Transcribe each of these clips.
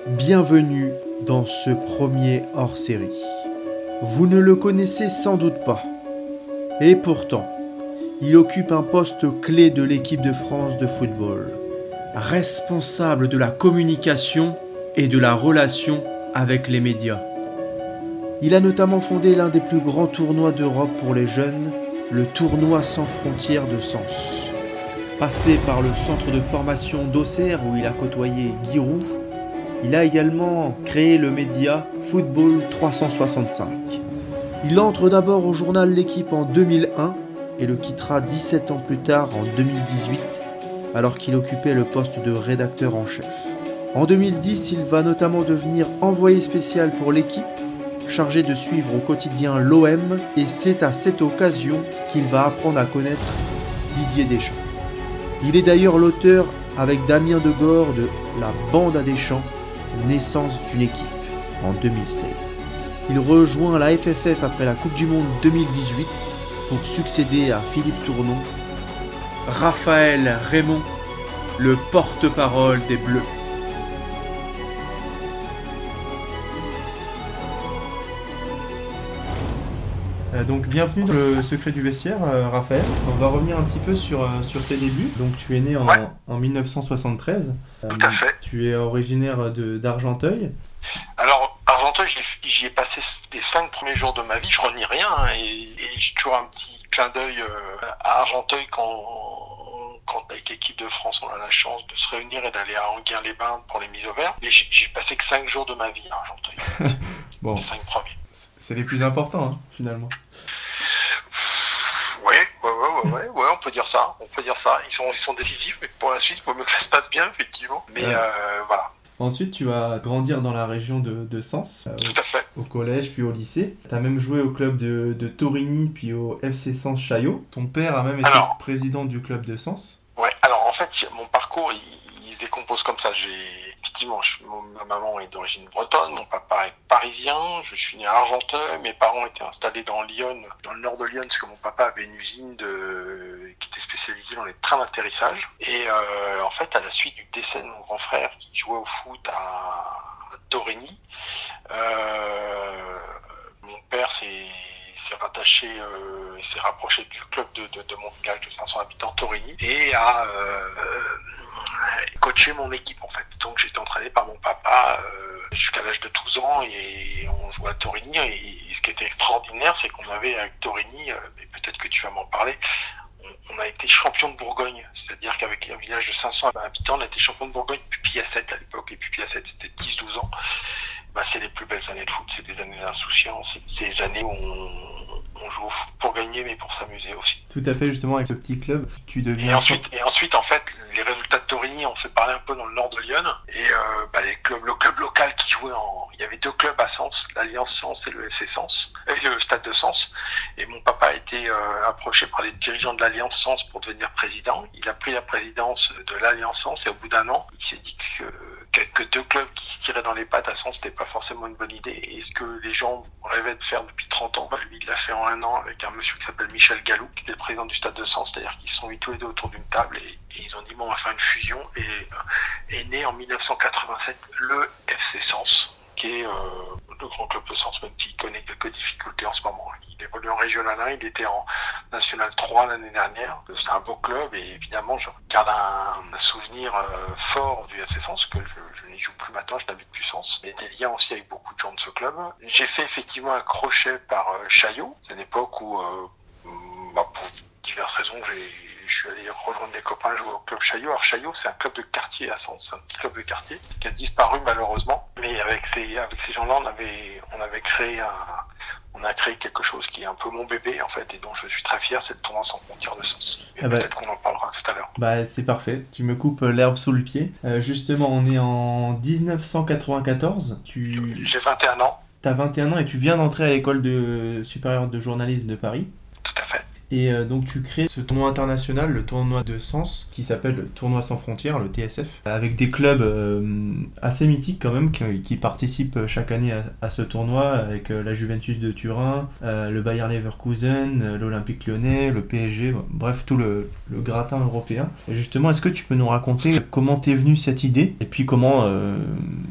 Bienvenue dans ce premier hors-série. Vous ne le connaissez sans doute pas. Et pourtant, il occupe un poste clé de l'équipe de France de football. Responsable de la communication et de la relation avec les médias. Il a notamment fondé l'un des plus grands tournois d'Europe pour les jeunes, le tournoi sans frontières de Sens. Passé par le centre de formation d'Auxerre où il a côtoyé Guy Roux, il a également créé le média Football 365. Il entre d'abord au journal L'Équipe en 2001 et le quittera 17 ans plus tard en 2018 alors qu'il occupait le poste de rédacteur en chef. En 2010, il va notamment devenir envoyé spécial pour L'Équipe, chargé de suivre au quotidien l'OM, et c'est à cette occasion qu'il va apprendre à connaître Didier Deschamps. Il est d'ailleurs l'auteur avec Damien Degore de La Bande à Deschamps, naissance d'une équipe, en 2016. Il rejoint la FFF après la Coupe du Monde 2018 pour succéder à Philippe Tournon. Raphaël Raymond, le porte-parole des Bleus. Donc bienvenue dans le secret du vestiaire, Raphaël. On va revenir un petit peu sur tes débuts. Donc tu es né en 1973. Tout à fait. Tu es originaire d'Argenteuil. Alors Argenteuil, j'y ai passé les 5 premiers jours de ma vie. Je renie rien et j'ai toujours un petit clin d'œil à Argenteuil quand avec l'équipe de France on a la chance de se réunir et d'aller à Enghien-les-Bains pour les mises au vert. Mais j'ai passé que 5 jours de ma vie à Argenteuil. Bon. Les 5 premiers. C'est les plus importants, finalement. Ouais, on peut dire ça. Ils sont décisifs, mais pour la suite, il faut mieux que ça se passe bien, effectivement. Mais voilà. Ensuite, tu vas grandir dans la région de Sens. Tout à fait. Au collège, puis au lycée. Tu as même joué au club de Torigny, puis au FC Sens Chaillot. Ton père a même été président du club de Sens. Ouais, alors en fait, mon parcours, il se décompose comme ça. Effectivement, ma maman est d'origine bretonne, mon papa est parisien, je suis né à Argenteuil, mes parents étaient installés dans Lyon, dans le nord de Lyon, parce que mon papa avait une usine qui était spécialisée dans les trains d'atterrissage. Et en fait, à la suite du décès de mon grand frère qui jouait au foot à Torigny, mon père s'est rattaché et s'est rapproché du club de mon village de 500 habitants, Torigny, et a coaché mon équipe en fait. Donc j'ai été entraîné par mon papa jusqu'à l'âge de 12 ans et on jouait à Torigny, et ce qui était extraordinaire, c'est qu'on avait avec Torigny, mais peut-être que tu vas m'en parler, on a été champion de Bourgogne, c'est-à-dire qu'avec un village de 500 habitants, on a été champion de Bourgogne pupille à 7 à l'époque. Les pupilles à 7 c'était 10-12 ans. C'est les plus belles années de foot, c'est des années d'insouciance, c'est des années où on joue au foot pour gagner mais pour s'amuser aussi. Tout à fait, justement, avec ce petit club, tu deviens... Et ensuite, en fait, les résultats de Torigny ont fait parler un peu dans le nord de Lyon, et le club local qui jouait il y avait 2 clubs à Sens, l'Alliance Sens et le FC Sens, et le Stade de Sens, et mon papa a été approché par les dirigeants de l'Alliance Sens pour devenir président. Il a pris la présidence de l'Alliance Sens, et au bout d'un an, il s'est dit que 2 clubs qui se tiraient dans les pattes à Sens, c'était pas forcément une bonne idée. Et ce que les gens rêvaient de faire depuis 30 ans, lui, il l'a fait en 1 an avec un monsieur qui s'appelle Michel Gallou, qui était le président du Stade de Sens, c'est-à-dire qu'ils se sont mis tous les deux autour d'une table et ils ont dit bon, on va faire une fusion, et est né en 1987 le FC Sens, qui est le grand club de Sens, même s'il connaît quelques difficultés en ce moment. Il évolue en Régional 1, il était en National 3 l'année dernière. C'est un beau club, et évidemment je garde un souvenir fort du FC Sens, que je n'y joue plus maintenant, je n'habite plus Sens, mais des liens aussi avec beaucoup de gens de ce club. J'ai fait effectivement un crochet par Chaillot. C'est une époque où pour diverses raisons, je suis allé rejoindre des copains jouer au club Chaillot. Alors Chaillot, c'est un club de quartier à Sens, c'est un petit club de quartier qui a disparu malheureusement. Mais avec ces gens-là, on a créé quelque chose qui est un peu mon bébé en fait, et dont je suis très fier, c'est le tournoi sans frontières de Sens. Peut-être qu'on en parlera tout à l'heure. C'est parfait, tu me coupes l'herbe sous le pied. Justement, on est en 1994. J'ai 21 ans. T'as 21 ans et tu viens d'entrer à l'école supérieure de journalisme de Paris. Tout à fait. Et donc tu crées ce tournoi international, le tournoi de Sens, qui s'appelle le Tournoi sans frontières, le TSF, avec des clubs assez mythiques quand même, qui participent chaque année à ce tournoi, avec la Juventus de Turin, le Bayer Leverkusen, l'Olympique Lyonnais, le PSG, bref, tout le gratin européen. Et justement, est-ce que tu peux nous raconter comment t'es venue cette idée, et puis comment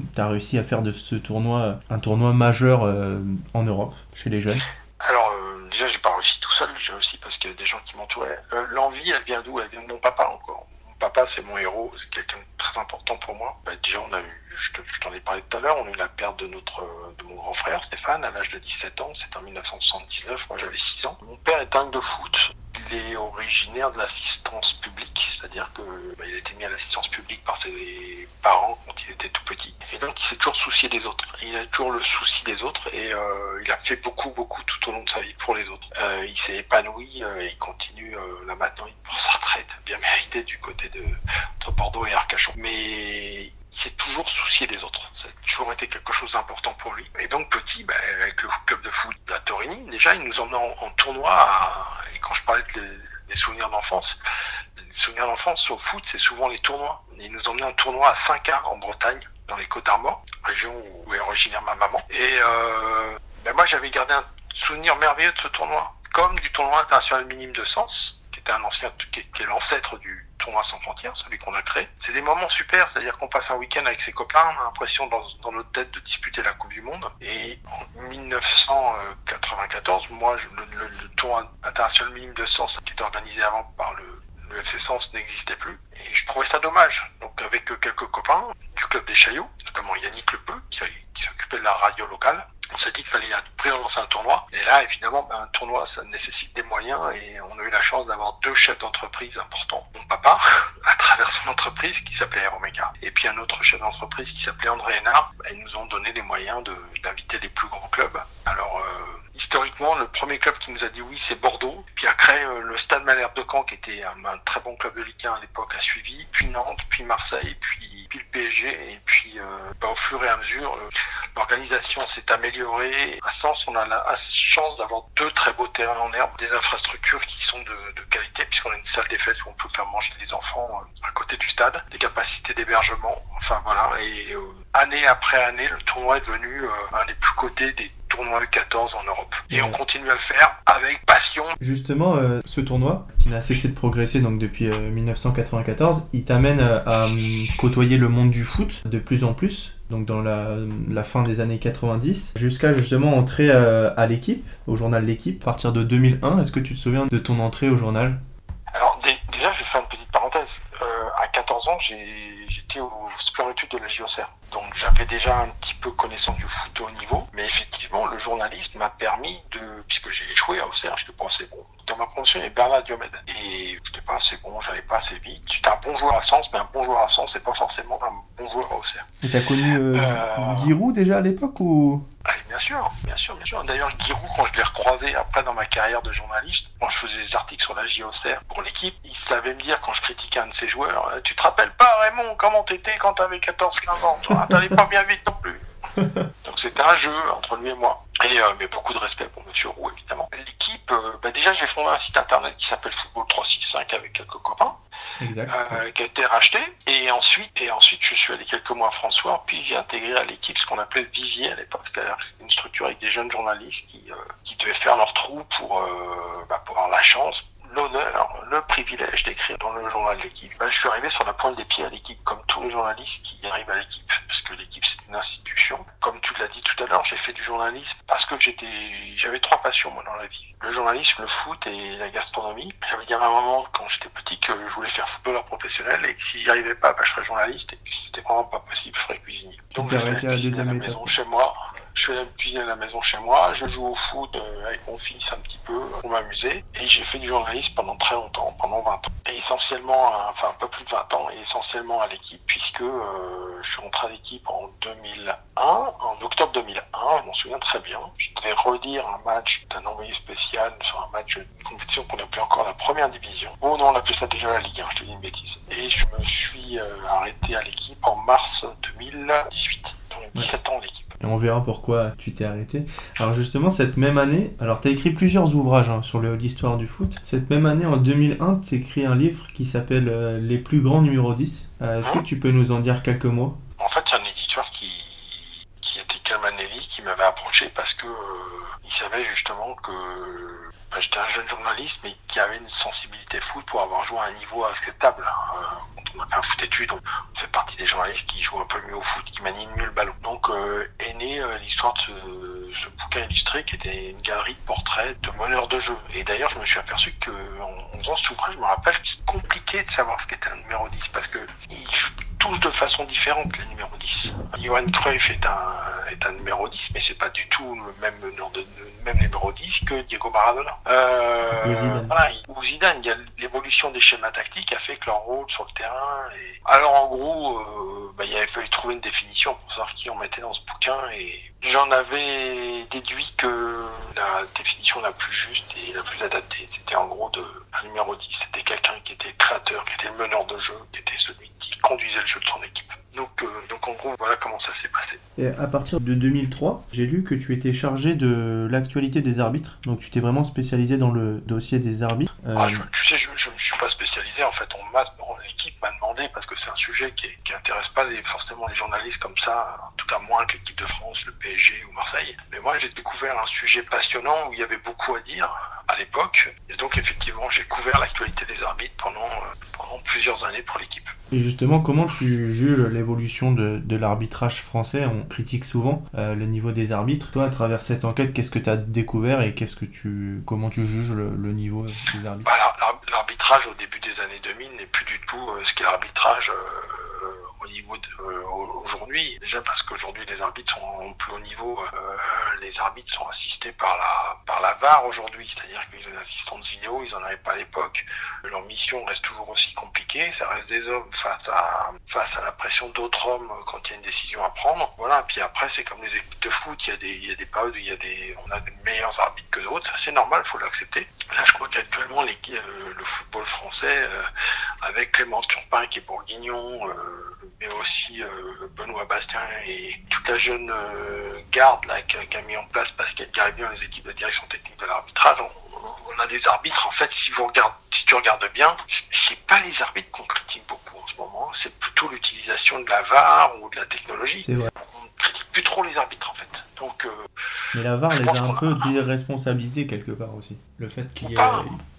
tu as réussi à faire de ce tournoi un tournoi majeur en Europe, chez les jeunes? Alors, déjà, j'ai pas réussi tout seul, j'ai réussi parce qu'il y a des gens qui m'entouraient. L'envie, elle vient d'où? Elle vient de mon papa encore. Mon papa, c'est mon héros, c'est quelqu'un de très important pour moi. Déjà, on a eu, je t'en ai parlé tout à l'heure, on a eu la perte de mon grand frère, Stéphane, à l'âge de 17 ans, c'était en 1979, moi j'avais 6 ans. Mon père est dingue de foot. Il est originaire de l'assistance publique, c'est-à-dire que il a été mis à l'assistance publique par ses parents quand il était tout petit. Et donc il s'est toujours soucié des autres. Il a toujours le souci des autres et il a fait beaucoup tout au long de sa vie pour les autres. Il s'est épanoui et il continue là maintenant, il prend sa retraite bien méritée du côté entre Bordeaux et Arcachon. Mais il s'est toujours soucié des autres. Ça a toujours été quelque chose d'important pour lui. Et donc petit, avec le club de foot de la Torigny, déjà il nous emmenait en tournoi. Et quand je parlais des souvenirs d'enfance, les souvenirs d'enfance au foot, c'est souvent les tournois. Il nous emmenait en tournoi à Saint-Quart en Bretagne, dans les Côtes-d'Armor, région où est originaire ma maman. Et moi j'avais gardé un souvenir merveilleux de ce tournoi, comme du tournoi international minime de Sens, qui est l'ancêtre du tournoi sans frontières, celui qu'on a créé. C'est des moments super, c'est-à-dire qu'on passe un week-end avec ses copains, on a l'impression dans notre tête de disputer la Coupe du Monde. Et en 1994, moi, le tournoi international minime de Sens, qui était organisé avant par le FC Sens, n'existait plus. Et je trouvais ça dommage. Donc avec quelques copains du club des Chaillots, notamment Yannick Lepeu, qui s'occupait de la radio locale, on s'est dit qu'il fallait à tout prix relancer un tournoi. Et là, évidemment, un tournoi, ça nécessite des moyens. Et on a eu la chance d'avoir 2 chefs d'entreprise importants. Mon papa, à travers son entreprise, qui s'appelait Aeromeka. Et puis un autre chef d'entreprise qui s'appelait André Hénard. Ils nous ont donné les moyens d'inviter les plus grands clubs. Alors, historiquement, le premier club qui nous a dit oui, c'est Bordeaux. Puis après, le Stade Malherbe de Caen, qui était un très bon club de Ligue 1 à l'époque, a suivi. Puis Nantes, puis Marseille, puis le PSG. Et puis, au fur et à mesure, l'organisation s'est améliorée. À Sens, on a la chance d'avoir 2 très beaux terrains en herbe, des infrastructures qui sont de qualité, puisqu'on a une salle des fêtes où on peut faire manger les enfants à côté du stade, des capacités d'hébergement. Enfin voilà. Et année après année, le tournoi est devenu un des plus cotés des tournois U14 en Europe. Et on continue à le faire avec passion. Justement, ce tournoi, qui n'a cessé de progresser donc depuis 1994, il t'amène à côtoyer le monde du foot de plus en plus, donc dans la fin des années 90, jusqu'à justement entrer à l'équipe, au journal L'équipe, à partir de 2001. Est-ce que tu te souviens de ton entrée au journal? Alors déjà, je vais faire une petite parenthèse. À 14 ans, j'étais au sport-études de la JOCR. Donc j'avais déjà un petit peu connaissance du foot au haut niveau, mais effectivement le journalisme m'a permis puisque j'ai échoué à Auxerre, je n'étais pas assez bon. Dans ma promotion, il y avait Bernard Diomède. Et je n'étais pas assez bon, j'allais pas assez vite. J'étais un bon joueur à Sens, mais un bon joueur à Sens, c'est pas forcément un bon joueur à Auxerre. Et t'as connu Giroud déjà à l'époque ou... Bien sûr. D'ailleurs, Giroud, quand je l'ai recroisé après dans ma carrière de journaliste, quand je faisais des articles sur la JOCR pour l'équipe, il savait me dire quand je critiquais un de ses joueurs, tu te rappelles pas Raymond, comment t'étais quand t'avais 14-15 ans, t'allais pas bien vite non plus. Donc c'était un jeu entre lui et moi. Et mais beaucoup de respect pour Monsieur Roux, évidemment. L'équipe, déjà j'ai fondé un site internet qui s'appelle Football 365 avec quelques copains. Exact. Qui a été racheté. Et ensuite, je suis allé quelques mois à François, puis j'ai intégré à l'équipe ce qu'on appelait le Vivier à l'époque. C'est-à-dire que c'était une structure avec des jeunes journalistes qui devaient faire leur trou pour avoir la chance, l'honneur, le privilège d'écrire dans le journal de l'équipe. Je suis arrivé sur la pointe des pieds à l'équipe, comme tous les journalistes qui arrivent à l'équipe, parce que l'équipe c'est une institution. Comme tu l'as dit tout à l'heure, j'ai fait du journalisme parce que j'avais 3 passions moi dans la vie. Le journalisme, le foot et la gastronomie. J'avais dit à un moment quand j'étais petit que je voulais faire footballeur professionnel et que si j'y arrivais pas, je ferais journaliste et que si c'était vraiment pas possible, je ferais cuisinier. Donc je fais la cuisine à la maison chez moi. Je fais la cuisine à la maison chez moi, je joue au foot avec mon fils un petit peu pour m'amuser et j'ai fait du journalisme pendant très longtemps, pendant 20 ans. Et essentiellement, un peu plus de 20 ans et essentiellement à l'équipe puisque je suis rentré à l'équipe en 2001, en octobre 2001, je m'en souviens très bien. Je devais relire un match d'un envoyé spécial sur un match d'une compétition qu'on appelait encore la première division. Oh non, on appelait ça déjà la Ligue 1, je te dis une bêtise. Et je me suis arrêté à l'équipe en mars 2018. Donc 17 ans à l'équipe. Et on verra pourquoi tu t'es arrêté. Alors justement, cette même année, alors tu as écrit plusieurs ouvrages sur l'histoire du foot. Cette même année, en 2001, tu as écrit un livre qui s'appelle Les plus grands numéro 10. Est-ce que tu peux nous en dire quelques mots? En fait, c'est un éditeur qui était Calmanelli, qui m'avait approché parce que il savait justement que j'étais un jeune journaliste, mais qui avait une sensibilité foot pour avoir joué à un niveau acceptable. Quand on a fait un foot études, on fait partie des journalistes qui jouent un peu mieux au foot, qui manient mieux le ballon. est née l'histoire de ce bouquin illustré qui était une galerie de portraits de meneurs de jeu. Et d'ailleurs, je me suis aperçu qu'en faisant ce ouvrage, je me rappelle qu'il est compliqué de savoir ce qu'était un numéro 10 parce que ils jouent tous de façon différente, les numéros 10. Johan Cruyff est un numéro 10, mais c'est pas du tout le même numéro 10 que Diego Maradona. Voilà, ou Zidane, il y a l'évolution des schémas tactiques a fait que leur rôle sur le terrain Alors en gros, il avait fallu trouver une définition pour savoir qui on mettait dans ce bouquin et j'en avais déduit que la définition la plus juste et la plus adaptée, c'était en gros un numéro 10. C'était quelqu'un qui était le créateur, qui était le meneur de jeu, qui était celui qui conduisait le jeu de son équipe. Donc en gros, voilà comment ça s'est passé. Et à partir de 2003, j'ai lu que tu étais chargé de l'actualité des arbitres. Donc tu t'es vraiment spécialisé dans le dossier des arbitres. Je me suis pas spécialisé. En fait, l'équipe m'a demandé parce que c'est un sujet qui intéresse pas forcément les journalistes comme ça. En tout cas, moins que l'équipe de France, le PSG ou Marseille. Mais moi, j'ai découvert un sujet passionnant où il y avait beaucoup à dire à l'époque. Et donc, effectivement, j'ai couvert l'actualité des arbitres pendant plusieurs années pour l'équipe. Et justement, comment tu juges l'évolution de l'arbitrage français? On critique souvent le niveau des arbitres. Toi, à travers cette enquête, qu'est-ce que tu as découvert et comment tu juges le niveau des arbitres? L'arbitrage au début des années 2000 n'est plus du tout ce qu'est l'arbitrage au niveau aujourd'hui. Déjà parce qu'aujourd'hui les arbitres sont plus haut niveau. Les arbitres sont assistés par la VAR aujourd'hui, c'est-à-dire qu'ils ont une assistance vidéo, ils en avaient pas à l'époque. Leur mission reste toujours aussi compliquée, ça reste des hommes face à la pression d'autres hommes quand il y a une décision à prendre. Voilà, puis après c'est comme les équipes de foot, il y a des périodes où on a des meilleurs arbitres que d'autres, ça c'est normal, faut l'accepter. Là je crois qu'actuellement le football français avec Clément Turpin qui est bourguignon, mais aussi Benoît Bastien et toute la jeune garde là qu'a mis en place Pascal Garibien, les équipes de direction technique de l'arbitrage. On a des arbitres, en fait, si tu regardes bien, c'est pas les arbitres qu'on critique beaucoup en ce moment, c'est plutôt l'utilisation de la VAR ou de la technologie. C'est vrai. On ne critique plus trop les arbitres en fait. Donc, mais la VAR les a un peu déresponsabilisés quelque part aussi. Le fait qu'il y ait...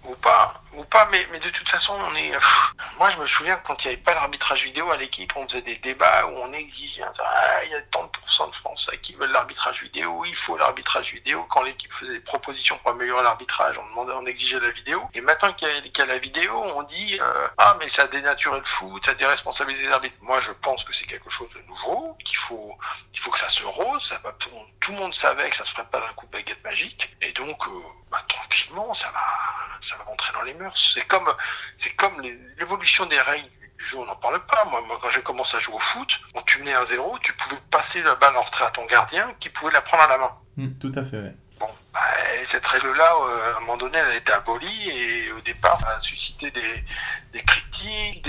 Ou pas, mais de toute façon, moi, je me souviens que quand il n'y avait pas l'arbitrage vidéo à l'équipe, on faisait des débats où on exigeait, il y a tant de Français qui veulent l'arbitrage vidéo, il faut l'arbitrage vidéo. Quand l'équipe faisait des propositions pour améliorer l'arbitrage, on exigeait la vidéo. Et maintenant qu'il y a la vidéo, on dit, mais ça a dénaturé le foot, ça a déresponsabilisé l'arbitre. Moi, je pense que c'est quelque chose de nouveau, qu'il faut que ça se rose, tout le monde savait que ça se ferait pas d'un coup de baguette magique. Et donc, tranquillement, ça va rentrer dans les mœurs. C'est comme l'évolution des règles du jeu, on n'en parle pas. Moi, quand j'ai commencé à jouer au foot, on tu menais 1-0, tu pouvais passer la balle en retrait à ton gardien qui pouvait la prendre à la main. Tout à fait, ouais. Bon, cette règle-là, à un moment donné, elle a été abolie et au départ, ça a suscité des critiques,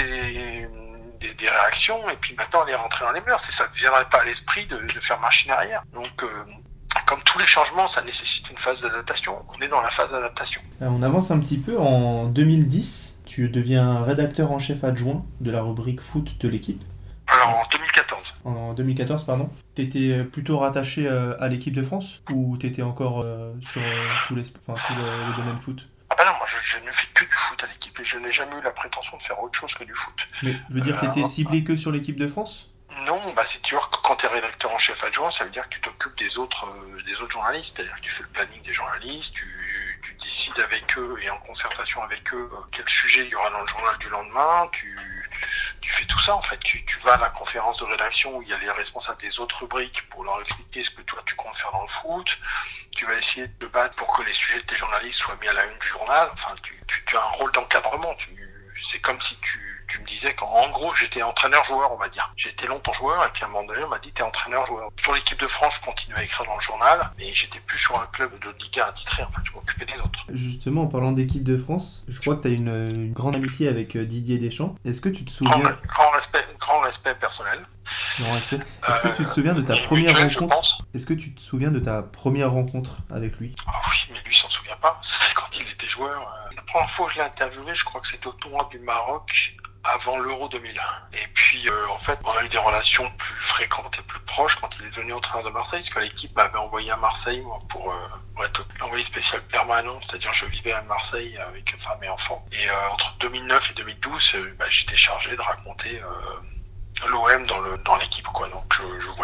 des réactions, et puis maintenant, elle est rentrée dans les mœurs. Et ça ne viendrait pas à l'esprit de faire machine arrière. Donc, comme tous les changements, ça nécessite une phase d'adaptation. On est dans la phase d'adaptation. On avance un petit peu. En 2010, tu deviens rédacteur en chef adjoint de la rubrique foot de l'équipe. Alors en 2014. En 2014, pardon. T'étais plutôt rattaché à l'équipe de France ou t'étais encore sur tout le domaine foot? Non, moi je ne fais que du foot à l'équipe et je n'ai jamais eu la prétention de faire autre chose que du foot. Mais veut dire que t'étais ciblé que sur l'équipe de France? Non, c'est sûr que quand tu es rédacteur en chef adjoint, ça veut dire que tu t'occupes des autres journalistes, c'est-à-dire que tu fais le planning des journalistes, tu décides avec eux et en concertation avec eux quel sujet il y aura dans le journal du lendemain, tu fais tout ça en fait, tu vas à la conférence de rédaction où il y a les responsables des autres rubriques pour leur expliquer ce que toi tu comptes faire dans le foot, tu vas essayer de te battre pour que les sujets de tes journalistes soient mis à la une du journal, enfin tu as un rôle d'encadrement, c'est comme si tu me disais qu'en gros j'étais entraîneur-joueur, on va dire. J'ai été longtemps joueur et puis à un moment donné on m'a dit t'es entraîneur-joueur. Sur l'équipe de France je continuais à écrire dans le journal mais j'étais plus sur un club de Ligue 1 attitré, en fait je m'occupais des autres. Justement en parlant d'équipe de France, je crois que t'as une grande amitié avec Didier Deschamps. Est-ce que tu te souviens... Grand respect personnel. Grand respect. Est-ce que tu te souviens de ta première rencontre? Est-ce que tu te souviens de ta première rencontre avec lui? Oui, mais lui s'en souvient pas. C'était quand il était joueur. La première fois que je l'ai interviewé, je crois que c'était au tournoi du Maroc avant l'Euro 2000. Et puis, en fait, on a eu des relations plus fréquentes et plus proches quand il est devenu entraîneur de Marseille, parce que l'équipe m'avait envoyé à Marseille, moi, pour être l'envoyé spécial permanent, c'est-à-dire je vivais à Marseille avec femme et enfants. Et entre 2009 et 2012, j'étais chargé de raconter l'OM dans l'équipe, quoi. Donc je voyais Didier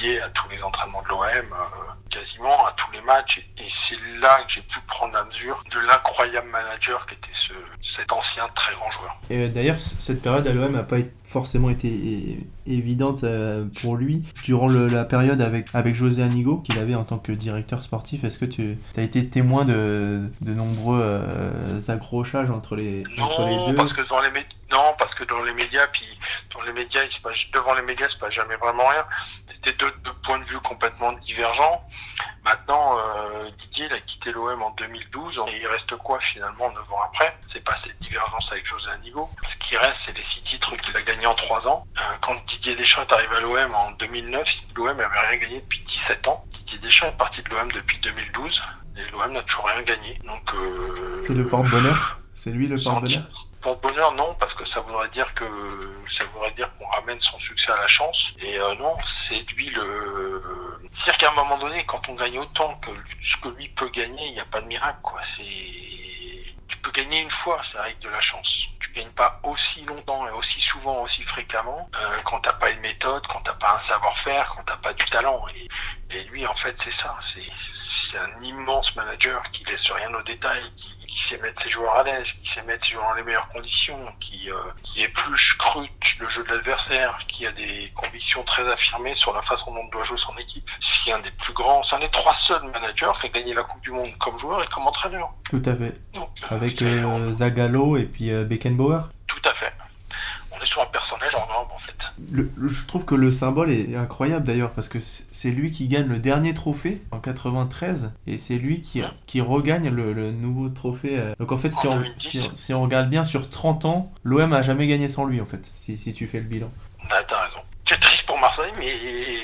Didier à tous les entraînements de l'OM, quasiment à tous les matchs, et c'est là que j'ai pu prendre la mesure de l'incroyable manager qu'était cet ancien très grand joueur. Et d'ailleurs, cette période à l'OM n'a pas forcément été évidente pour lui. Durant la période avec José Anigo, qu'il avait en tant que directeur sportif, est-ce que tu as été témoin de nombreux accrochages entre les deux? Parce que parce que dans les médias, devant les médias, c'est pas jamais vraiment rien. C'était deux points de vue complètement divergents. Maintenant, Didier, il a quitté l'OM en 2012, et il reste quoi finalement 9 ans après? C'est pas cette divergence avec José Anigo. Ce qui reste, c'est les 6 titres qu'il a gagnés en 3 ans. Quand Didier Deschamps est arrivé à l'OM en 2009, l'OM n'avait rien gagné depuis 17 ans. Didier Deschamps est parti de l'OM depuis 2012, et l'OM n'a toujours rien gagné. Donc, c'est le porte-bonheur? C'est lui le porte-bonheur? Porte-bonheur, non, parce que ça voudrait dire qu'on ramène son succès à la chance. Et non, c'est lui c'est-à-dire qu'à un moment donné, quand on gagne autant que ce que lui peut gagner, il n'y a pas de miracle, quoi. Tu peux gagner une fois, c'est avec de la chance. Tu gagnes pas aussi longtemps et aussi souvent, aussi fréquemment, quand t'as pas une méthode, quand t'as pas un savoir-faire, quand t'as pas du talent. Et lui, en fait, c'est ça. C'est un immense manager qui laisse rien au détail, qui sait mettre ses joueurs à l'aise, qui sait mettre ses joueurs dans les meilleures conditions, qui épluche, scrute le jeu de l'adversaire, qui a des convictions très affirmées sur la façon dont doit jouer son équipe. C'est un des 3 seuls managers qui a gagné la Coupe du Monde comme joueur et comme entraîneur. Tout à fait. Donc, avec Zagallo et puis Beckenbauer. Tout à fait. On est sur un personnage en or, en fait. Je trouve que le symbole est incroyable d'ailleurs, parce que c'est lui qui gagne le dernier trophée en 93, et c'est lui qui regagne le nouveau trophée. Donc en fait, si on regarde bien, sur 30 ans, l'OM a jamais gagné sans lui, en fait, si tu fais le bilan. Ah, t'as raison. C'est triste pour Marseille, mais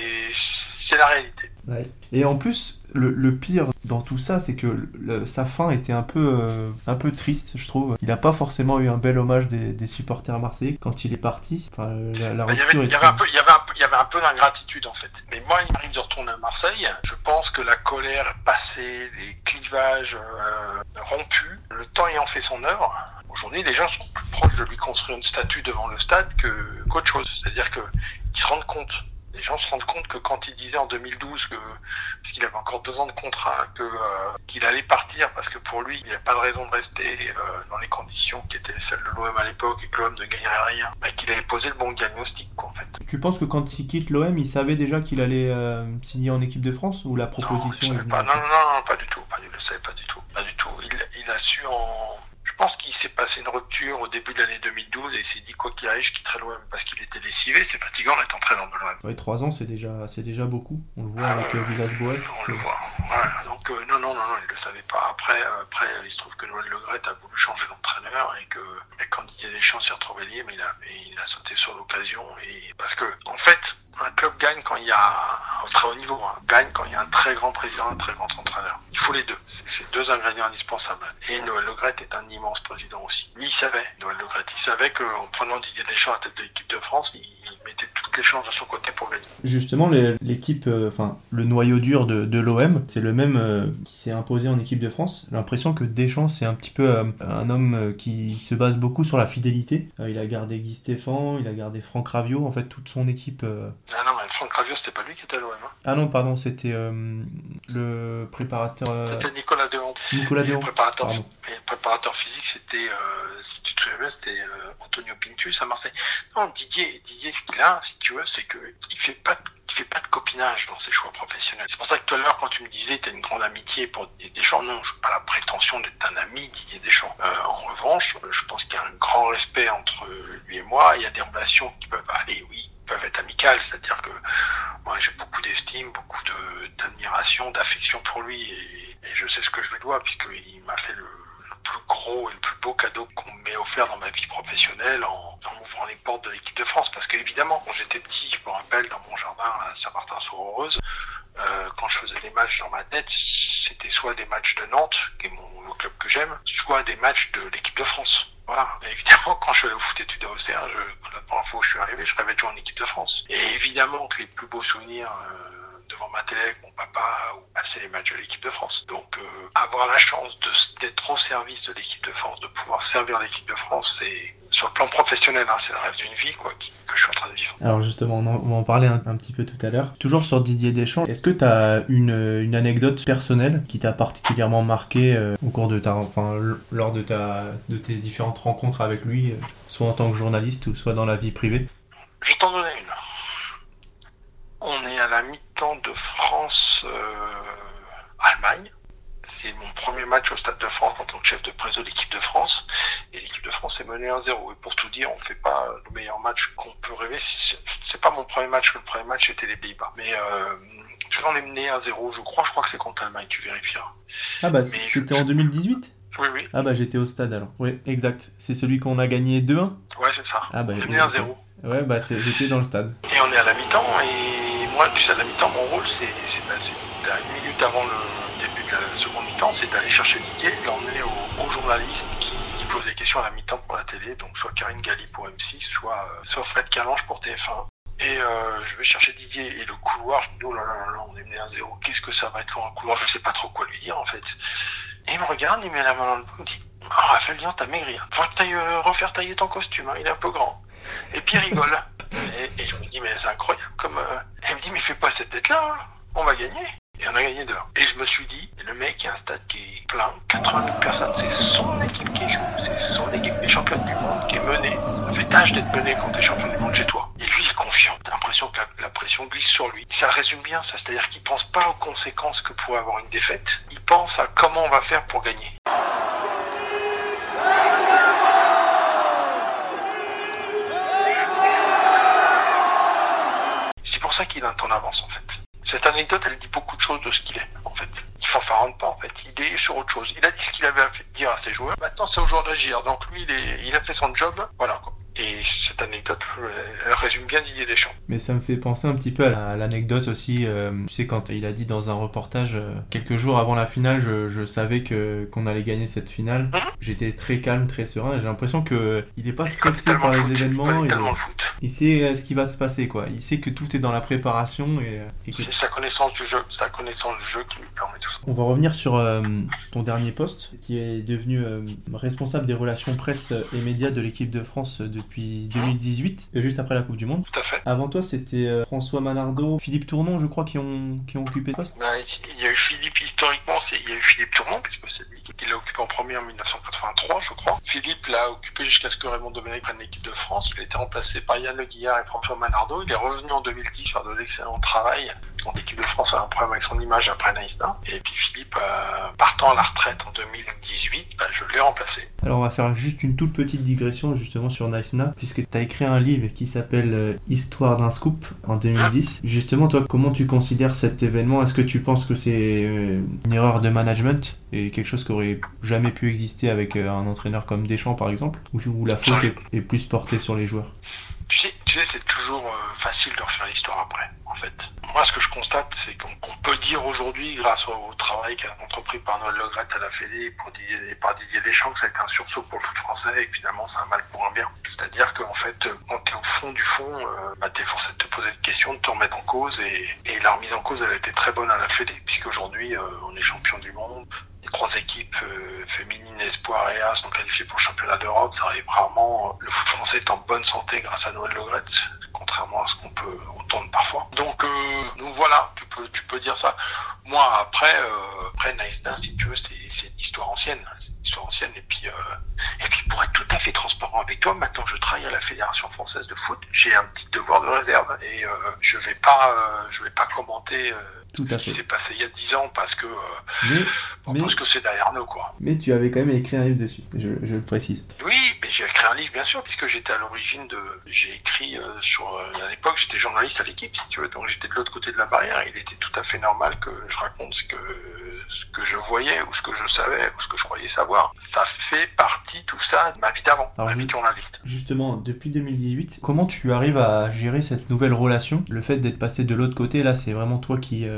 c'est la réalité. Ouais. Et en plus, le pire dans tout ça, c'est que sa fin était un peu triste, je trouve. Il n'a pas forcément eu un bel hommage des supporters marseillais quand il est parti. Enfin, la rupture il y avait un peu d'ingratitude, en fait. Mais moi, il m'arrive de retourner à Marseille. Je pense que la colère passée, les clivages rompus, le temps ayant fait son œuvre, aujourd'hui, les gens sont plus proches de lui construire une statue devant le stade qu'autre chose. C'est-à-dire qu'ils se rendent compte. Les gens se rendent compte que quand il disait en 2012 parce qu'il avait encore 2 ans de contrat, qu'il allait partir parce que pour lui, il n'y a pas de raison de rester dans les conditions qui étaient celles de l'OM à l'époque et que l'OM ne gagnerait rien, qu'il avait posé le bon diagnostic, quoi, en fait. Tu penses que quand il quitte l'OM, il savait déjà qu'il allait signer en équipe de France, ou la proposition? Non, pas du tout. Il le savait pas du tout. Pas du tout. Il a su Je pense qu'il s'est passé une rupture au début de l'année 2012 et il s'est dit quoi qu'il arrive, je quitterai l'OM parce qu'il était lessivé, c'est fatigant d'être entraîneur de l'OM. Ouais, 3 ans c'est déjà beaucoup. On le voit avec Villas-Boas. On le voit. Voilà. Donc non, il le savait pas. Après, il se trouve que Noël Le Graët a voulu changer d'entraîneur et que quand Didier Deschamps s'est retrouvé lié, mais il a sauté sur l'occasion. Et parce que en fait, un club gagne quand il y a au très haut niveau, gagne quand il y a un très grand président, un très grand entraîneur. Il faut les deux. C'est 2 ingrédients indispensables. Et Noël Le Graët est un immense président aussi. Lui, il savait, Noël Le Graët, il savait qu'en prenant Didier Deschamps à la tête de l'équipe de France, il mettait toutes les chances de son côté pour gagner. Justement, l'équipe, le noyau dur de l'OM, c'est le même qui s'est imposé en équipe de France. J'ai l'impression que Deschamps, c'est un petit peu un homme qui se base beaucoup sur la fidélité. Il a gardé Guy Stéphane, il a gardé Franck Raviot, en fait, toute son équipe. Ah non, mais Franck Raviot, c'était pas lui qui était à l'OM. Ah non, pardon, c'était le préparateur... C'était Nicolas Dehaon. Et le préparateur physique, c'était, si tu te souviens bien, c'était Antonio Pintus à Marseille. Non, Didier, ce qu'il a, si tu veux, c'est qu'il fait pas de copinage dans ses choix professionnels. C'est pour ça que tout à l'heure, quand tu me disais tu as une grande amitié pour Didier Deschamps, non, je n'ai pas la prétention d'être un ami Didier Deschamps. En revanche, je pense qu'il y a un grand respect entre lui et moi. Il y a des relations qui peuvent peuvent être amicales, c'est-à-dire que moi j'ai beaucoup d'estime, beaucoup d'admiration, d'affection pour lui et je sais ce que je lui dois puisqu'il m'a fait le plus gros et le plus beau cadeau qu'on m'ait offert dans ma vie professionnelle en ouvrant les portes de l'équipe de France. Parce qu'évidemment, quand j'étais petit, je me rappelle dans mon jardin à Saint-Martin-sur-Heureuse, quand je faisais des matchs dans ma tête, c'était soit des matchs de Nantes, qui est le club que j'aime, soit des matchs de l'équipe de France. Voilà. Et évidemment, quand je suis allé au foot études à Auxerre, la première fois où je suis arrivé, je rêvais de jouer en équipe de France. Et évidemment que les plus beaux souvenirs de devant ma télé avec mon papa ou passer les matchs de l'équipe de France. Donc avoir la chance d'être au service de l'équipe de France, de pouvoir servir l'équipe de France, c'est sur le plan professionnel, c'est le rêve d'une vie que je suis en train de vivre. Alors justement, on va en parler un petit peu tout à l'heure. Toujours sur Didier Deschamps, est-ce que tu as une anecdote personnelle qui t'a particulièrement marqué au cours de lors de tes différentes rencontres avec lui, soit en tant que journaliste ou soit dans la vie privée? Je t'en donnais une. On est à la mi-temps de France-Allemagne. C'est mon premier match au Stade de France en tant que chef de presse de l'équipe de France. Et l'équipe de France est menée 1-0. Et pour tout dire, on fait pas le meilleur match qu'on peut rêver. C'est pas mon premier match, le premier match c'était les Pays-Bas. Mais on est mené 1-0, je crois que c'est contre l'Allemagne, tu vérifieras. Ah bah c'était en 2018 ? Oui. Ah bah j'étais au stade alors. Oui, exact. C'est celui qu'on a gagné 2-1 ? Ouais, c'est ça. Ah bah, on est mené 1-0. Ouais, bah j'étais dans le stade. Et on est à la mi-temps, et moi, tu sais, à la mi-temps, mon rôle, c'est une minute avant le début de la seconde mi-temps, c'est d'aller chercher Didier et l'emmener aux journalistes qui posent des questions à la mi-temps pour la télé, donc soit Karine Galli pour M6, soit Fred Calange pour TF1. Et je vais chercher Didier et le couloir, je me dis, oh là là là, on est mené 1-0, qu'est-ce que ça va être dans le couloir, je sais pas trop quoi lui dire en fait. Et il me regarde, il met la main dans le dos, il me dit, Raphaël, viens, t'as maigri, faudra que t'ailles refaire tailler ton costume, il est un peu grand. Et puis il rigole. Et je me dis, mais c'est incroyable comme... Et il me dit, mais fais pas cette tête-là, on va gagner. Et on a gagné 2-1. Et je me suis dit, le mec, il y a un stade qui est plein, 80 000 personnes, c'est son équipe qui joue, c'est son équipe qui est championne du monde, qui est menée. Ça fait tâche d'être menée quand t'es champion du monde chez toi. Et lui, il est confiant. T'as l'impression que la pression glisse sur lui. Ça résume bien ça, c'est-à-dire qu'il pense pas aux conséquences que pourrait avoir une défaite. Il pense à comment on va faire pour gagner. C'est pour ça qu'il a un temps d'avance en fait. Cette anecdote, elle dit beaucoup de choses de ce qu'il est en fait. Il fanfaronne pas en fait, il est sur autre chose. Il a dit ce qu'il avait à dire à ses joueurs. Maintenant c'est au jour d'agir. Donc lui, il a fait son job, voilà quoi. Et cette anecdote, elle résume bien Didier Deschamps. Mais ça me fait penser un petit peu à l'anecdote aussi, tu sais, quand il a dit dans un reportage, quelques jours avant la finale, je savais qu'on allait gagner cette finale. J'étais très calme, très serein, et j'ai l'impression qu'il n'est pas stressé par les événements. Il sait ce qui va se passer, quoi. Il sait que tout est dans la préparation. Et que... C'est sa connaissance du jeu, qui lui permet tout ça. On va revenir sur ton dernier poste, qui est devenu responsable des relations presse et médias de l'équipe de France depuis 2018, juste après la Coupe du Monde. Tout à fait. Avant toi, c'était François Manardo, Philippe Tournon, je crois, qui ont occupé le poste. Il y a eu Philippe, historiquement, il y a eu Philippe Tournon, puisque c'est lui qui l'a occupé en premier en 1983, je crois. Philippe l'a occupé jusqu'à ce que Raymond Domenech prenne l'équipe de France. Il a été remplacé par Yann Le Guillard et François Manardo. Il est revenu en 2010 faire de l'excellent travail. Quand l'équipe de France a un problème avec son image après Naïsna. Et puis Philippe, partant à la retraite en 2018, je l'ai remplacé. Alors on va faire juste une toute petite digression justement sur Naïsna, puisque tu as écrit un livre qui s'appelle Histoire d'un scoop en 2010. Justement, toi, comment tu considères cet événement ? Est-ce que tu penses que c'est une erreur de management et quelque chose qui aurait jamais pu exister avec un entraîneur comme Deschamps par exemple, où la faute est plus portée sur les joueurs ? Tu sais, c'est toujours facile de refaire l'histoire après, en fait. Moi, ce que je constate, c'est qu'on peut dire aujourd'hui, grâce au travail qu'a entrepris par Noël Le Graët à la Fédé par Didier Deschamps, que ça a été un sursaut pour le foot français et que finalement, c'est un mal pour un bien. C'est-à-dire qu'en fait, quand t'es au fond du fond, t'es forcé de te poser des questions, de te remettre en cause et la remise en cause, elle a été très bonne à la Fédé, puisqu'aujourd'hui, on est champion du monde. Les 3 équipes féminines, Espoir et As sont qualifiées pour le championnat d'Europe. Ça arrive rarement. Le foot français est en bonne santé grâce à Noël Le Graët, contrairement à ce qu'on peut entendre parfois. Donc voilà, tu peux dire ça. Moi après Naïsna, si tu veux, c'est une histoire ancienne. C'est une histoire ancienne. Et puis pour être tout à fait transparent avec toi, maintenant que je travaille à la Fédération française de foot, j'ai un petit devoir de réserve et je vais pas commenter ce qui s'est passé il y a 10 ans parce que c'est derrière nous, quoi. Mais tu avais quand même écrit un livre dessus, je le précise. Oui, mais j'ai écrit un livre, bien sûr, puisque j'étais à l'origine j'ai écrit à l'époque, j'étais journaliste à l'équipe, si tu veux, donc j'étais de l'autre côté de la barrière. Il était tout à fait normal que je raconte ce que je voyais, ou ce que je savais, ou ce que je croyais savoir. Ça fait partie, tout ça, de ma vie d'avant, ma vie de journaliste. Justement, depuis 2018, comment tu arrives à gérer cette nouvelle relation ? Le fait d'être passé de l'autre côté, là, c'est vraiment toi qui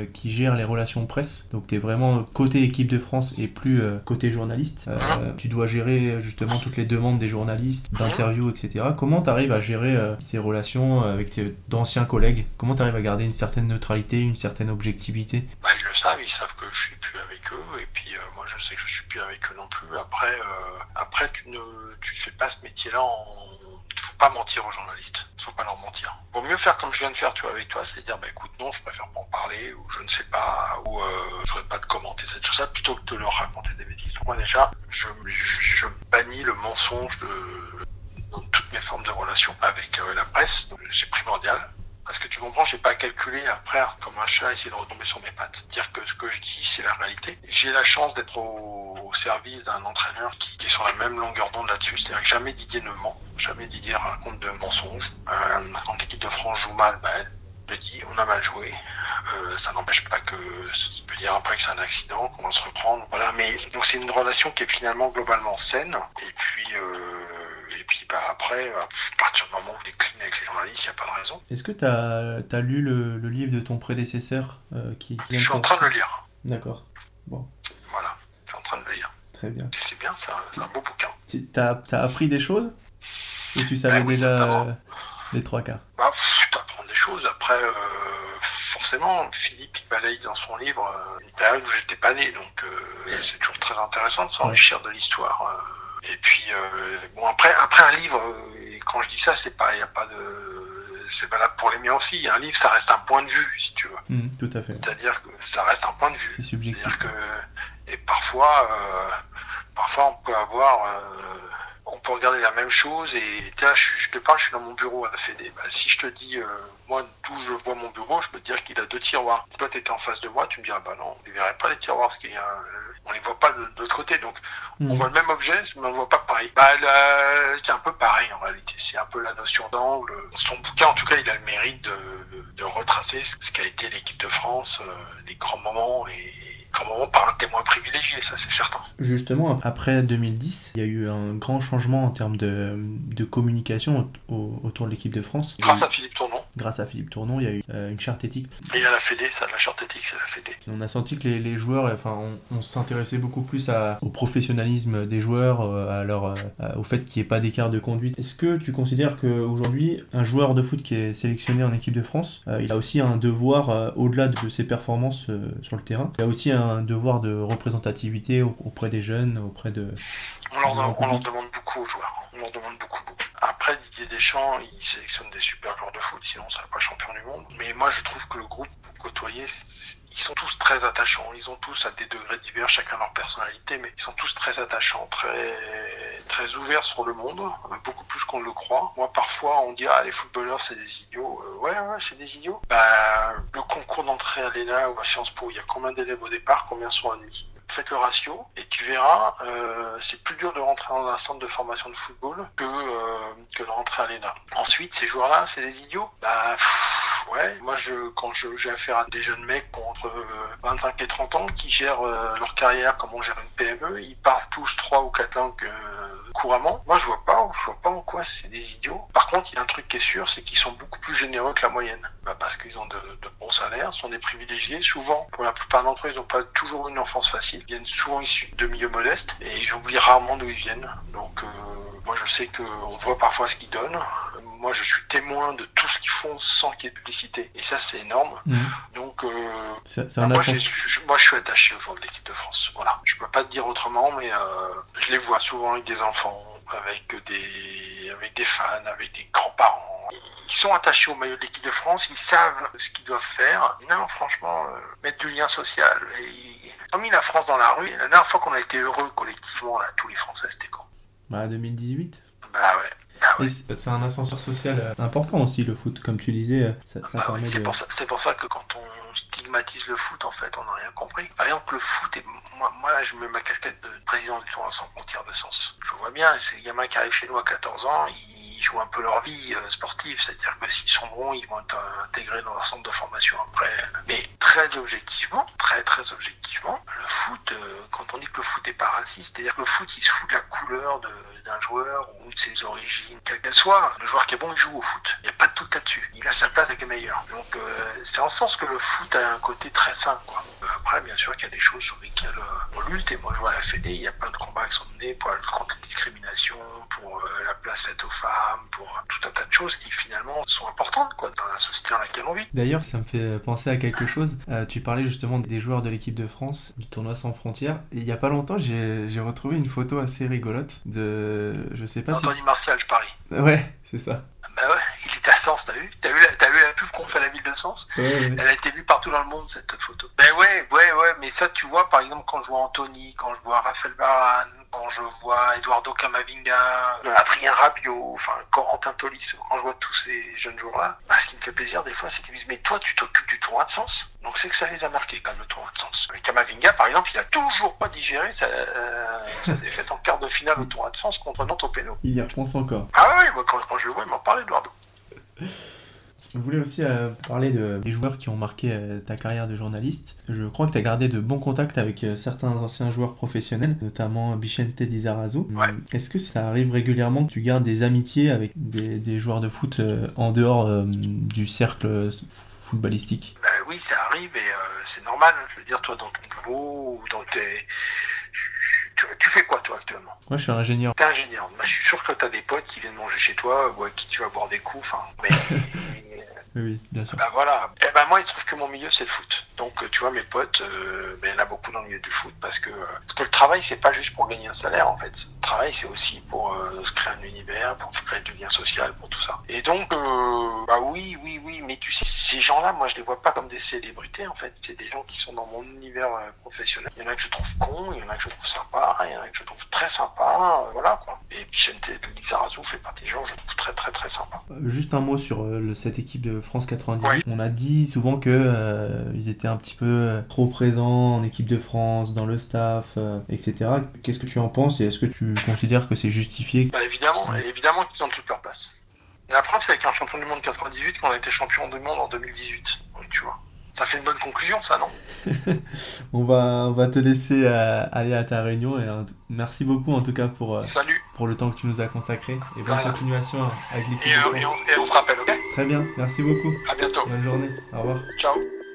qui gère les relations presse, donc tu es vraiment côté équipe de France et plus côté journaliste. Tu dois gérer justement toutes les demandes des journalistes, d'interviews, etc. Comment tu arrives à gérer ces relations avec d'anciens collègues? Comment tu arrives à garder une certaine neutralité, une certaine objectivité? Ils le savent, ils savent que je suis plus avec eux, et puis moi je sais que je suis plus avec eux non plus. Après tu ne fais pas ce métier-là faut pas mentir aux journalistes, faut pas leur mentir. Vaut mieux faire comme je viens de faire, tu vois, avec toi, c'est dire, écoute, non, je préfère pas en parler, ou je ne sais pas, ou je ne pas te commenter cette chose-là, plutôt que de leur raconter des bêtises. Moi déjà, je bannis le mensonge dans toutes mes formes de relations avec la presse, c'est primordial. Parce que tu comprends, j'ai pas calculé après comme un chat essayer de retomber sur mes pattes. Dire que ce que je dis, c'est la réalité. J'ai la chance d'être au service d'un entraîneur qui est sur la même longueur d'onde là-dessus. C'est-à-dire que jamais Didier ne ment, jamais Didier raconte de mensonges. Quand l'équipe de France joue mal, elle me dit on a mal joué. Ça n'empêche pas que ça peut dire après que c'est un accident, qu'on va se reprendre. Voilà. Mais donc c'est une relation qui est finalement globalement saine. Et puis après, à partir du moment où tu es clean avec les journalistes, il n'y a pas de raison. Est-ce que tu as lu le livre de ton prédécesseur Je suis en train de le lire. D'accord. Bon. Voilà, je suis en train de le lire. Très bien. C'est bien, c'est un beau bouquin. T'as appris des choses? Ou tu savais déjà les trois quarts? Tu apprends des choses. Après, forcément, Philippe il balaye dans son livre une période où j'étais pas né. Donc c'est toujours très intéressant de s'enrichir de l'histoire. Et puis après un livre, et quand je dis ça, c'est valable pour les miens aussi. Un livre, ça reste un point de vue, si tu veux. Tout à fait. C'est-à-dire que ça reste un point de vue. C'est subjectif. C'est-à-dire que, et parfois on peut regarder la même chose et là, je te parle, je suis dans mon bureau à la Fédé. Si je te dis, moi, d'où je vois mon bureau, je peux te dire qu'il a 2 tiroirs. Si toi, tu étais en face de moi, tu me dirais, non, on ne verrait pas les tiroirs parce on les voit pas de l'autre côté. Donc, on voit le même objet, mais on ne voit pas pareil. C'est un peu pareil en réalité. C'est un peu la notion d'angle. Son bouquin, en tout cas, il a le mérite de retracer ce qu'a été l'équipe de France, les grands moments par un témoin privilégié, ça c'est certain. Justement, après 2010, il y a eu un grand changement en termes de communication autour de l'équipe de France. Grâce à Philippe Tournon. Grâce à Philippe Tournon, il y a eu une charte éthique. Et à la Fédé, la charte éthique, c'est la Fédé. On a senti que les joueurs, on s'intéressait beaucoup plus au professionnalisme des joueurs, au fait qu'il n'y ait pas d'écart de conduite. Est-ce que tu considères qu'aujourd'hui, un joueur de foot qui est sélectionné en équipe de France, il a aussi un devoir, au-delà de ses performances sur le terrain, il a aussi un devoir de représentativité auprès des jeunes, auprès de... On leur demande beaucoup aux joueurs. On leur demande beaucoup. Après, Didier Deschamps, il sélectionne des super joueurs de foot, sinon on ne serait pas champion du monde. Mais moi, je trouve que le groupe côtoyé, ils sont tous très attachants. Ils ont tous, à des degrés divers, chacun leur personnalité, mais ils sont tous très attachants, très ouverts sur le monde, beaucoup plus qu'on ne le croit. Moi, parfois, on dit « Ah, les footballeurs, c'est des idiots. » Ouais, c'est des idiots. Le concours d'entrée à l'ENA ou à Sciences Po, il y a combien d'élèves au départ, combien sont admis? Faites le ratio et tu verras, c'est plus dur de rentrer dans un centre de formation de football que de rentrer à l'ENA. Ensuite, ces joueurs-là, c'est des idiots. Ouais, moi quand j'ai affaire à des jeunes mecs entre 25 et 30 ans qui gèrent leur carrière comme on gère une PME, ils parlent tous 3 ou 4 langues couramment. Moi je vois pas en quoi c'est des idiots. Par contre, il y a un truc qui est sûr, c'est qu'ils sont beaucoup plus généreux que la moyenne. Parce qu'ils ont de bons salaires, sont des privilégiés. Souvent, pour la plupart d'entre eux, ils n'ont pas toujours une enfance facile. Ils viennent souvent issus de milieux modestes et ils oublient rarement d'où ils viennent. Donc moi je sais qu'on voit parfois ce qu'ils donnent. Moi je suis témoin de tout ce qu'ils font sans qu'il y ait de publicité. Et ça c'est énorme. Donc moi je suis attaché aux joueurs de l'équipe de France. Voilà. Je peux pas te dire autrement, mais je les vois souvent avec des enfants, avec des fans, avec des grands-parents. Ils sont attachés au maillot de l'équipe de France, ils savent ce qu'ils doivent faire. Non, franchement, mettre du lien social. Ils ont mis la France dans la rue. La dernière fois qu'on a été heureux collectivement, là, tous les Français, c'était quand 2018. Ouais. Et c'est un ascenseur social important aussi, le foot, comme tu disais. Ça permet c'est pour ça que quand on stigmatise le foot, en fait, on n'a rien compris. Par exemple, le foot, moi là, je mets ma casquette de président du tournoi sans frontières de sens. Je vois bien, ces gamins qui arrivent chez nous à 14 ans, ils jouent un peu leur vie sportive, c'est-à-dire que s'ils sont bons, ils vont être intégrés dans un centre de formation après. Mais très objectivement, le foot, quand on dit que le foot est pas raciste, c'est-à-dire que le foot, il se fout de la couleur d'un joueur ou de ses origines, quelles qu'elles soient. Le joueur qui est bon, il joue au foot. Il n'y a pas de doute là-dessus. il a sa place avec les meilleurs. Donc c'est en ce sens que le foot a un côté très sain, quoi. Après, bien sûr qu'il y a des choses sur lesquelles on lutte, et moi je vois à la Fédé, il y a plein de combats qui sont menés pour la lutte contre la discrimination, pour la place faite aux femmes, pour tout un tas de choses qui finalement sont importantes, quoi, dans la société dans laquelle on vit. D'ailleurs, ça me fait penser à quelque chose. Tu parlais justement des joueurs de l'équipe de France, du tournoi sans frontières. Et il y a pas longtemps, j'ai retrouvé une photo assez rigolote de... Je sais pas Anthony Martial, je parie. Ouais, c'est ça. Bah ouais, il était à Sens, t'as vu la pub qu'on fait à la ville de Sens? Ouais. Elle a été vue partout dans le monde, cette photo. Ben ouais, mais ça, tu vois, par exemple, quand je vois Anthony, quand je vois Raphaël Varane, quand je vois Eduardo Camavinga, Adrien Rabiot, enfin, Corentin Tolisso, quand je vois tous ces jeunes joueurs-là, bah, ce qui me fait plaisir des fois, c'est qu'ils me disent, mais toi, tu t'occupes du tournoi de Sens. Donc c'est que ça les a marqués, quand même, le tournoi de Sens. Mais Camavinga, par exemple, il a toujours pas digéré sa défaite en quart de finale au tournoi de Sens contre Nantes au péno. Il y repense encore. Ah ouais, moi, quand je le vois, il m'en parlait, Eduardo. Je voulais aussi parler des joueurs qui ont marqué ta carrière de journaliste. Je crois que tu as gardé de bons contacts avec certains anciens joueurs professionnels, notamment Vicente Lizarazu. Ouais. Est-ce que ça arrive régulièrement que tu gardes des amitiés avec des joueurs de foot en dehors du cercle footballistique? Bah oui, ça arrive et c'est normal. Je veux dire, toi, dans ton boulot ou dans tes... Tu fais quoi, toi, actuellement? Moi, je suis ingénieur. T'es ingénieur. Bah, je suis sûr que t'as des potes qui viennent manger chez toi ou à qui tu vas boire des coups. Enfin, mais... Oui, bien sûr. Bah voilà. Et ben moi, il se trouve que mon milieu, c'est le foot. Donc, tu vois, mes potes, il y en a beaucoup dans le milieu du foot parce que le travail, c'est pas juste pour gagner un salaire, en fait. Le travail, c'est aussi pour se créer un univers, pour créer du lien social, pour tout ça. Et donc, bah oui. Mais tu sais, ces gens-là, moi, je les vois pas comme des célébrités, en fait. C'est des gens qui sont dans mon univers professionnel. Il y en a que je trouve cons, il y en a que je trouve sympas, il y en a que je trouve très sympas, voilà, quoi. Et Vicente Lizarazu fait partie des gens que je trouve très, très, très sympas. Juste un mot sur cette équipe de France 98. Oui. On a dit souvent que ils étaient un petit peu trop présents en équipe de France, dans le staff, etc. Qu'est-ce que tu en penses et est-ce que tu considères que c'est justifié? Bah évidemment qu'ils ont toute leur place. Et la preuve, c'est avec un champion du monde 98 qu'on a été champion du monde en 2018. Donc tu vois, ça fait une bonne conclusion, ça, non? On va te laisser aller à ta réunion et merci beaucoup en tout cas pour le temps que tu nous as consacré et bonne continuation avec l'équipe de France. Et on se rappelle, ok? Très bien, merci beaucoup. À bientôt. Bonne journée, au revoir. Ciao.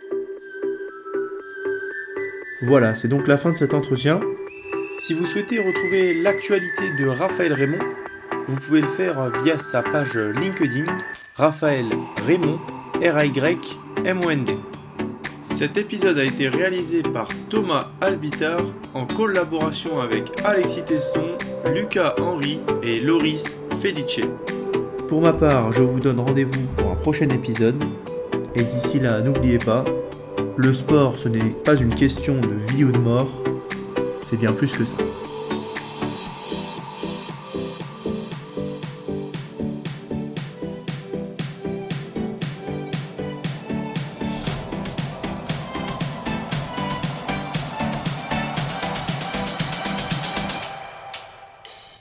Voilà, c'est donc la fin de cet entretien. Si vous souhaitez retrouver l'actualité de Raphaël Raymond, vous pouvez le faire via sa page LinkedIn, Raphaël Raymond, RAYMOND. Cet épisode a été réalisé par Thomas Albitar en collaboration avec Alexis Tesson, Lucas Henry et Loris Felice. Pour ma part, je vous donne rendez-vous pour un prochain épisode. Et d'ici là, n'oubliez pas, le sport, ce n'est pas une question de vie ou de mort, c'est bien plus que ça.